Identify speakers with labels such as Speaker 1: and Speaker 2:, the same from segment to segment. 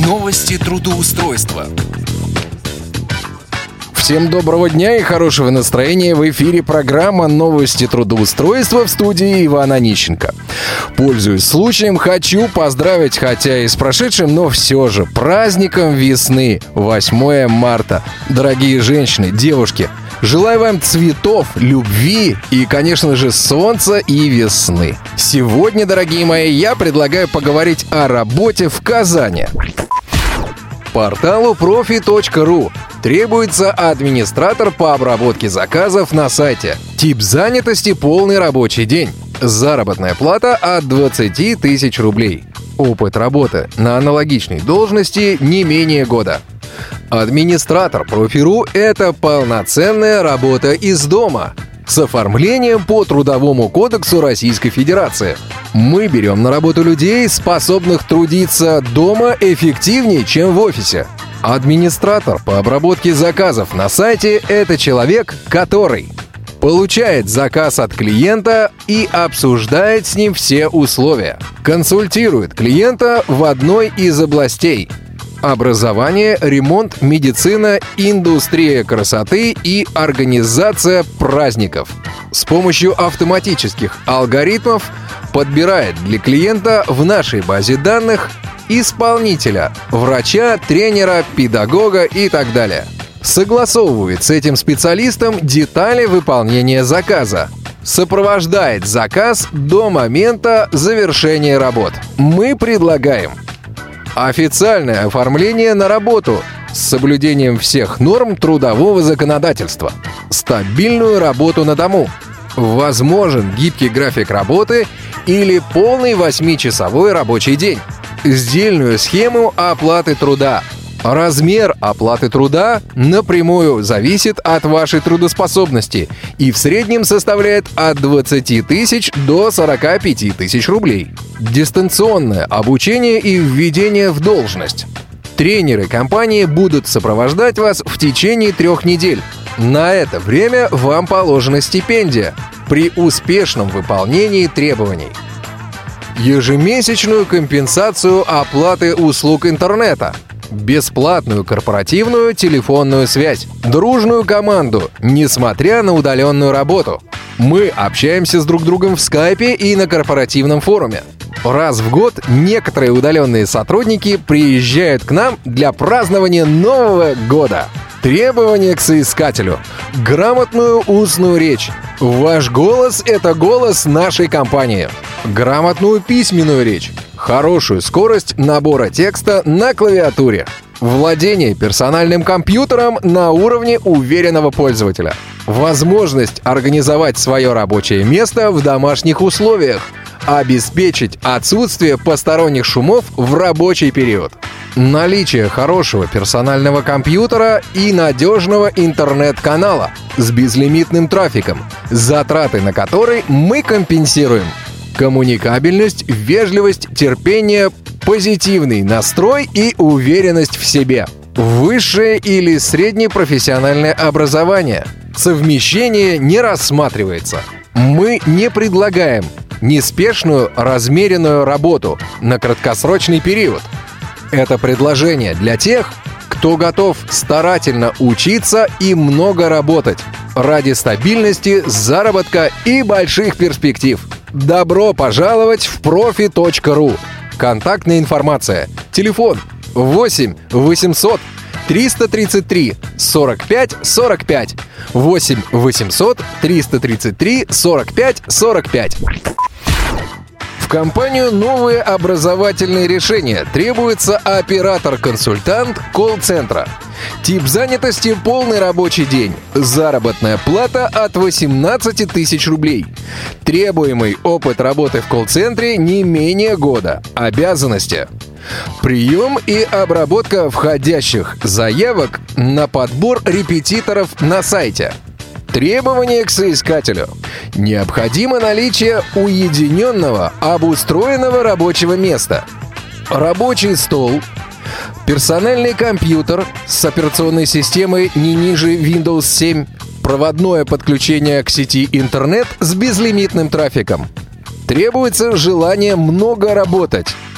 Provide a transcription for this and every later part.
Speaker 1: Новости трудоустройства.
Speaker 2: Всем доброго дня и хорошего настроения. В эфире программа «Новости трудоустройства», в студии Иван Онищенко. Пользуясь случаем, хочу поздравить, хотя и с прошедшим, но все же праздником весны, 8 марта. Дорогие женщины, девушки, желаю вам цветов, любви и, конечно же, солнца и весны. Сегодня, дорогие мои, я предлагаю поговорить о работе в Казани. Порталу profi.ru требуется администратор по обработке заказов на сайте. Тип занятости – полный рабочий день. Заработная плата от 20 тысяч рублей. Опыт работы на аналогичной должности не менее года. Администратор Профи.ру – это полноценная работа из дома с оформлением по Трудовому кодексу Российской Федерации. Мы берем на работу людей, способных трудиться дома эффективнее, чем в офисе. Администратор по обработке заказов на сайте – это человек, который получает заказ от клиента и обсуждает с ним все условия. Консультирует клиента в одной из областей: образование, ремонт, медицина, индустрия красоты и организация праздников. С помощью автоматических алгоритмов подбирает для клиента в нашей базе данных исполнителя, врача, тренера, педагога и так далее. Согласовывает с этим специалистом детали выполнения заказа. Сопровождает заказ до момента завершения работ. Мы предлагаем официальное оформление на работу с соблюдением всех норм трудового законодательства, стабильную работу на дому, возможен гибкий график работы или полный 8-часовой рабочий день, сдельную схему оплаты труда. Размер оплаты труда напрямую зависит от вашей трудоспособности и в среднем составляет от 20 тысяч до 45 тысяч рублей. Дистанционное обучение и введение в должность. Тренеры компании будут сопровождать вас в течение 3 недель. На это время вам положена стипендия при успешном выполнении требований. Ежемесячную компенсацию оплаты услуг интернета, бесплатную корпоративную телефонную связь, дружную команду, несмотря на удаленную работу. Мы общаемся с друг другом в скайпе и на корпоративном форуме. Раз в год некоторые удаленные сотрудники приезжают к нам для празднования Нового года. Требования к соискателю: грамотную устную речь. Ваш голос – это голос нашей компании. Грамотную письменную речь. Хорошую скорость набора текста на клавиатуре. Владение персональным компьютером на уровне уверенного пользователя. Возможность организовать свое рабочее место в домашних условиях. Обеспечить отсутствие посторонних шумов в рабочий период. Наличие хорошего персонального компьютера и надежного интернет-канала с безлимитным трафиком, затраты на который мы компенсируем. Коммуникабельность, вежливость, терпение, позитивный настрой и уверенность в себе. Высшее или среднепрофессиональное образование. Совмещение не рассматривается. Мы не предлагаем неспешную, размеренную работу на краткосрочный период. Это предложение для тех, кто готов старательно учиться и много работать ради стабильности, заработка и больших перспектив. Добро пожаловать в profi.ru. Контактная информация. Телефон 8 800 333 45 45. 8 800 333 45 45. В компанию «Новые образовательные решения» требуется оператор-консультант колл-центра. Тип занятости – полный рабочий день. Заработная плата от 18 тысяч рублей. Требуемый опыт работы в колл-центре не менее года. Обязанности: прием и обработка входящих заявок на подбор репетиторов на сайте. Требования к соискателю: необходимо наличие уединенного, обустроенного рабочего места, рабочий стол, персональный компьютер с операционной системой не ниже Windows 7, проводное подключение к сети интернет с безлимитным трафиком. Требуется желание много работать.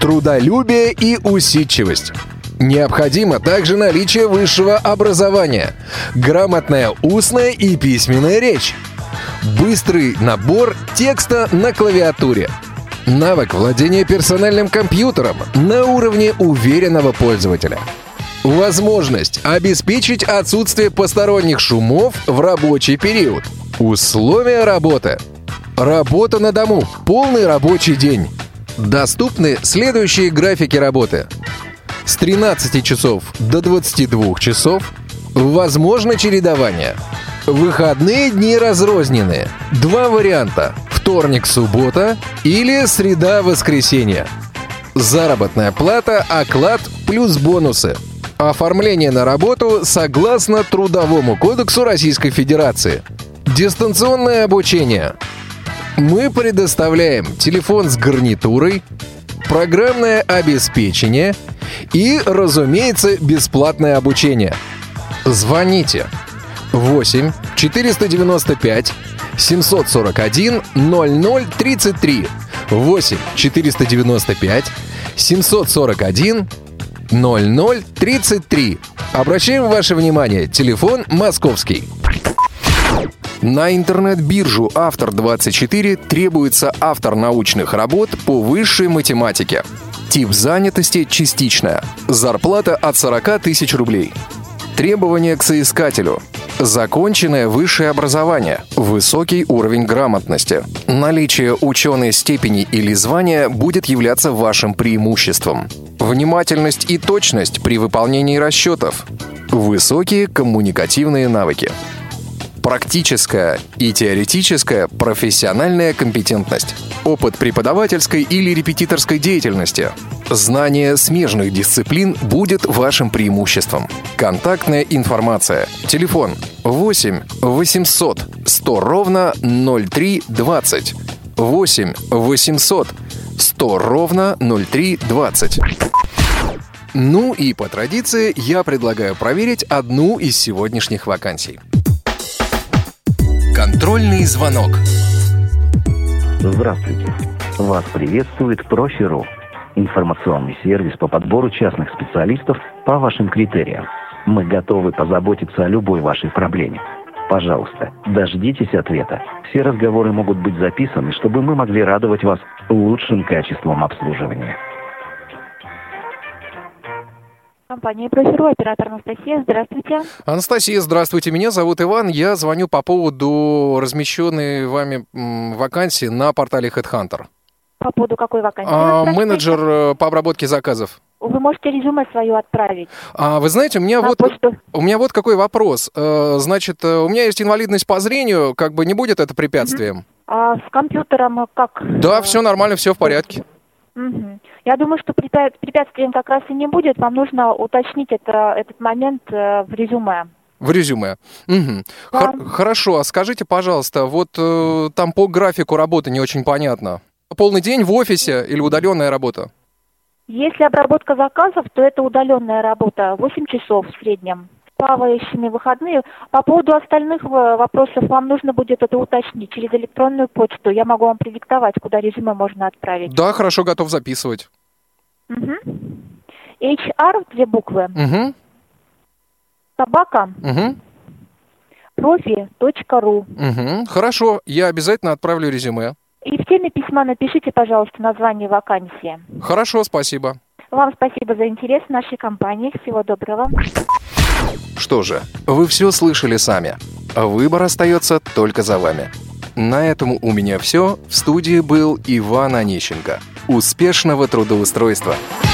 Speaker 2: трудолюбие и усидчивость. Необходимо также наличие высшего образования, грамотная устная и письменная речь, быстрый набор текста на клавиатуре, навык владения персональным компьютером на уровне уверенного пользователя, возможность обеспечить отсутствие посторонних шумов в рабочий период, условия работы, работа на дому, полный рабочий день. Доступны следующие графики работы. С 13 часов до 22 часов. Возможно чередование. Выходные дни разрозненные. Два варианта. Вторник-суббота или среда-воскресенье. Заработная плата, оклад плюс бонусы. Оформление на работу согласно Трудовому кодексу Российской Федерации. Дистанционное обучение. Мы предоставляем телефон с гарнитурой, программное обеспечение и, разумеется, бесплатное обучение. Звоните 8 495 741 0033 8 495 741 0033. Обращаем ваше внимание, телефон московский. На интернет-биржу «Автор-24» требуется автор научных работ по высшей математике. Тип занятости – частичная. Зарплата от 40 тысяч рублей. Требования к соискателю. Законченное высшее образование. Высокий уровень грамотности. Наличие ученой степени или звания будет являться вашим преимуществом. Внимательность и точность при выполнении расчетов. Высокие коммуникативные навыки. Практическая и теоретическая профессиональная компетентность. Опыт преподавательской или репетиторской деятельности. Знание смежных дисциплин будет вашим преимуществом. Контактная информация. Телефон 8 800 100 ровно 0320. 8 800 100 ровно 0320. Ну и по традиции я предлагаю проверить одну из сегодняшних вакансий.
Speaker 1: Контрольный звонок.
Speaker 3: Здравствуйте. Вас приветствует Профи.ру. Информационный сервис по подбору частных специалистов по вашим критериям. Мы готовы позаботиться о любой вашей проблеме. Пожалуйста, дождитесь ответа. Все разговоры могут быть записаны, чтобы мы могли радовать вас лучшим качеством обслуживания.
Speaker 4: Компания «Профи.ру», оператор Анастасия. Здравствуйте.
Speaker 2: Анастасия, здравствуйте. Меня зовут Иван. Я звоню по поводу размещенной вами вакансии на портале HeadHunter.
Speaker 4: По поводу какой вакансии?
Speaker 2: Менеджер по обработке заказов.
Speaker 4: Вы можете резюме свое отправить.
Speaker 2: Вы знаете, у меня вот какой вопрос. Значит, у меня есть инвалидность по зрению, как бы не будет это препятствием?
Speaker 4: А с компьютером как?
Speaker 2: Да, все нормально, все в порядке.
Speaker 4: Угу. Я думаю, что препятствием как раз и не будет. Вам нужно уточнить этот момент в резюме.
Speaker 2: В резюме. Угу.
Speaker 4: Да.
Speaker 2: Хорошо, а скажите, пожалуйста, вот там по графику работы не очень понятно. Полный день в офисе или удаленная работа?
Speaker 4: Если обработка заказов, то это удаленная работа, 8 часов в среднем. Плавающими выходные. По поводу остальных вопросов вам нужно будет это уточнить через электронную почту. Я могу вам продиктовать, куда резюме можно отправить.
Speaker 2: Да, хорошо, готов записывать.
Speaker 4: Угу. HR, 2 буквы.
Speaker 2: Угу.
Speaker 4: Собака.
Speaker 2: Угу.
Speaker 4: Профи.ру.
Speaker 2: Угу. Хорошо, я обязательно отправлю резюме.
Speaker 4: И в теме письма напишите, пожалуйста, название вакансии.
Speaker 2: Хорошо, спасибо.
Speaker 4: Вам спасибо за интерес в нашей компании. Всего доброго.
Speaker 2: Что же, вы все слышали сами. Выбор остается только за вами. На этом у меня все. В студии был Иван Онищенко. Успешного трудоустройства!